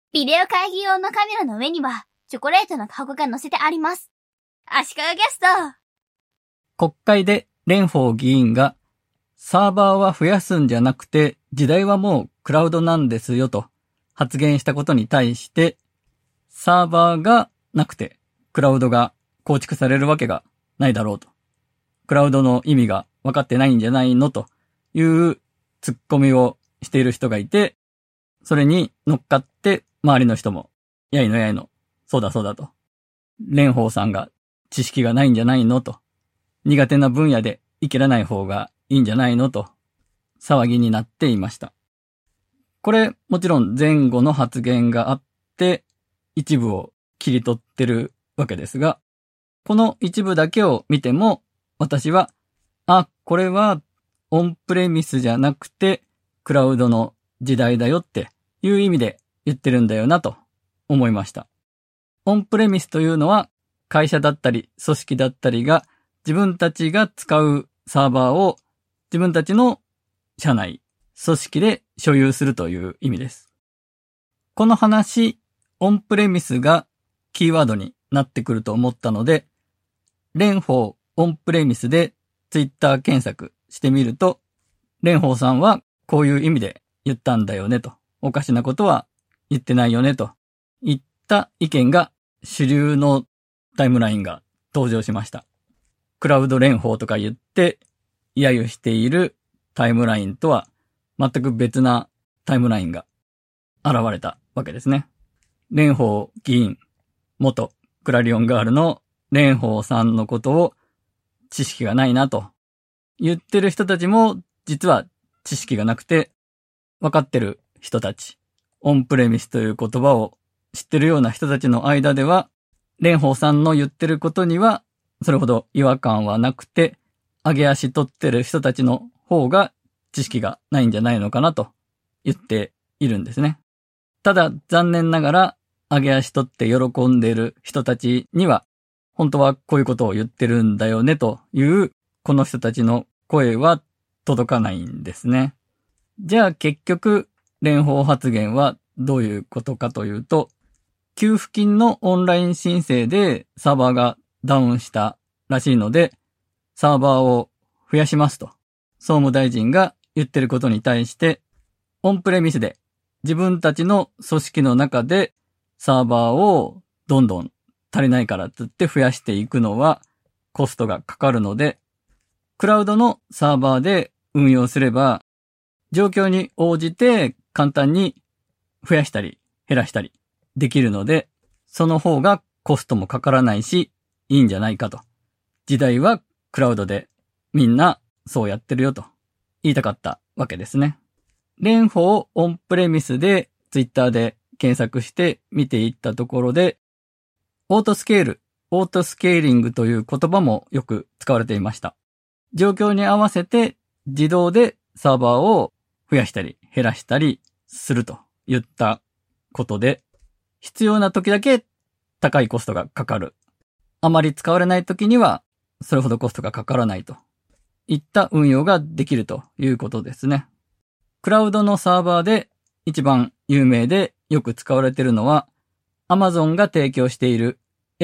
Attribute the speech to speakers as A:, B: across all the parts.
A: ビデオ会議用のカメラの上には、チョコレートの箱が載せてあります。足利ゲスト。
B: 国会で蓮舫議員が、サーバーは増やすんじゃなくて、時代はもうクラウドなんですよと発言したことに対して、サーバーがなくて、クラウドが構築されるわけがないだろうと。クラウドの意味が分かってないんじゃないのというツッコミをしている人がいて、それに乗っかって周りの人も、やいのやいの、そうだそうだと。蓮舫さんが知識がないんじゃないのと。苦手な分野で生きらない方がいいんじゃないのと騒ぎになっていました。これもちろん前後の発言があって一部を切り取ってるわけですが、この一部だけを見ても私は、これはオンプレミスじゃなくてクラウドの時代だよっていう意味で言ってるんだよなと思いました。オンプレミスというのは会社だったり組織だったりが自分たちが使うサーバーを自分たちの社内、組織で所有するという意味です。この話、オンプレミスがキーワードになってくると思ったので、蓮舫オンプレミスでツイッター検索してみると、蓮舫さんはこういう意味で言ったんだよねと、おかしなことは言ってないよねといった意見が主流のタイムラインが登場しました。クラウド蓮舫とか言って揶揄しているタイムラインとは全く別なタイムラインが現れたわけですね。蓮舫議員、元クラリオンガールの蓮舫さんのことを知識がないなと言ってる人たちも実は知識がなくて分かってる人たち、オンプレミスという言葉を知ってるような人たちの間では蓮舫さんの言ってることにはそれほど違和感はなくて、上げ足取ってる人たちの方が知識がないんじゃないのかなと言っているんですね。ただ残念ながら上げ足取って喜んでいる人たちには本当はこういうことを言ってるんだよねというこの人たちの声は届かないんですね。じゃあ結局蓮舫発言はどういうことかというと、給付金のオンライン申請でサーバーがダウンしたらしいので、サーバーを増やしますと、総務大臣が言ってることに対して、オンプレミスで自分たちの組織の中でサーバーをどんどん足りないからって言って増やしていくのはコストがかかるので、クラウドのサーバーで運用すれば、状況に応じて簡単に増やしたり減らしたりできるので、その方がコストもかからないし、いいんじゃないかと。時代はクラウドでみんなそうやってるよと言いたかったわけですね。蓮舫オンプレミスでツイッターで検索して見ていったところで、オートスケーリングという言葉もよく使われていました。状況に合わせて自動でサーバーを増やしたり減らしたりするといったことで、必要な時だけ高いコストがかかる。あまり使われない時にはそれほどコストがかからないといった運用ができるということですね。クラウドのサーバーで一番有名でよく使われているのは Amazon が提供している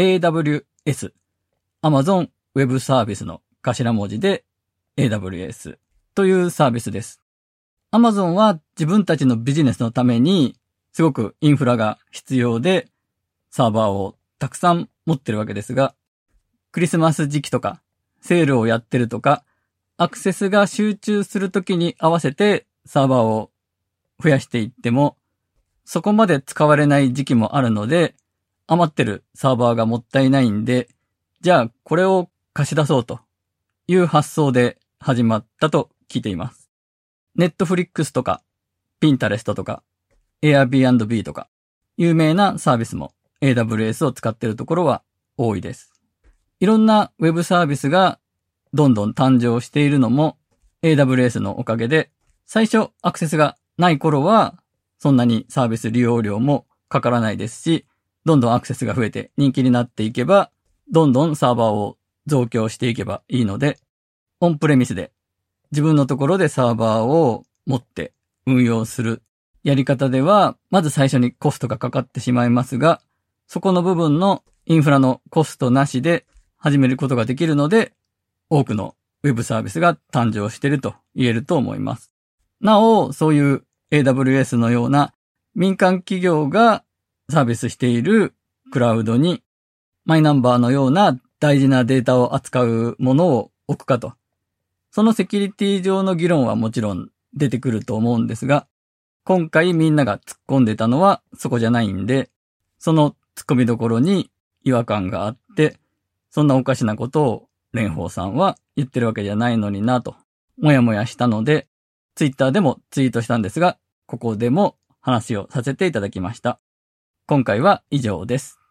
B: AWS、Amazon Web サービスの頭文字で AWS というサービスです。Amazon は自分たちのビジネスのためにすごくインフラが必要でサーバーをたくさん持ってるわけですが、クリスマス時期とかセールをやってるとか、アクセスが集中するときに合わせてサーバーを増やしていっても、そこまで使われない時期もあるので、余ってるサーバーがもったいないんで、じゃあこれを貸し出そうという発想で始まったと聞いています。Netflix とか Pinterest とか Airbnb とか有名なサービスも AWS を使っているところは多いです。いろんなウェブサービスがどんどん誕生しているのも AWS のおかげで、最初アクセスがない頃はそんなにサービス利用料もかからないですし、どんどんアクセスが増えて人気になっていけば、どんどんサーバーを増強していけばいいので、オンプレミスで自分のところでサーバーを持って運用するやり方では、まず最初にコストがかかってしまいますが、そこの部分のインフラのコストなしで始めることができるので、多くのウェブサービスが誕生していると言えると思います。なお、そういう AWS のような民間企業がサービスしているクラウドにマイナンバーのような大事なデータを扱うものを置くかと。そのセキュリティ上の議論はもちろん出てくると思うんですが、今回みんなが突っ込んでたのはそこじゃないんで、その突っ込みどころに違和感があって、そんなおかしなことを蓮舫さんは言ってるわけじゃないのになと、もやもやしたので、ツイッターでもツイートしたんですが、ここでも話をさせていただきました。今回は以上です。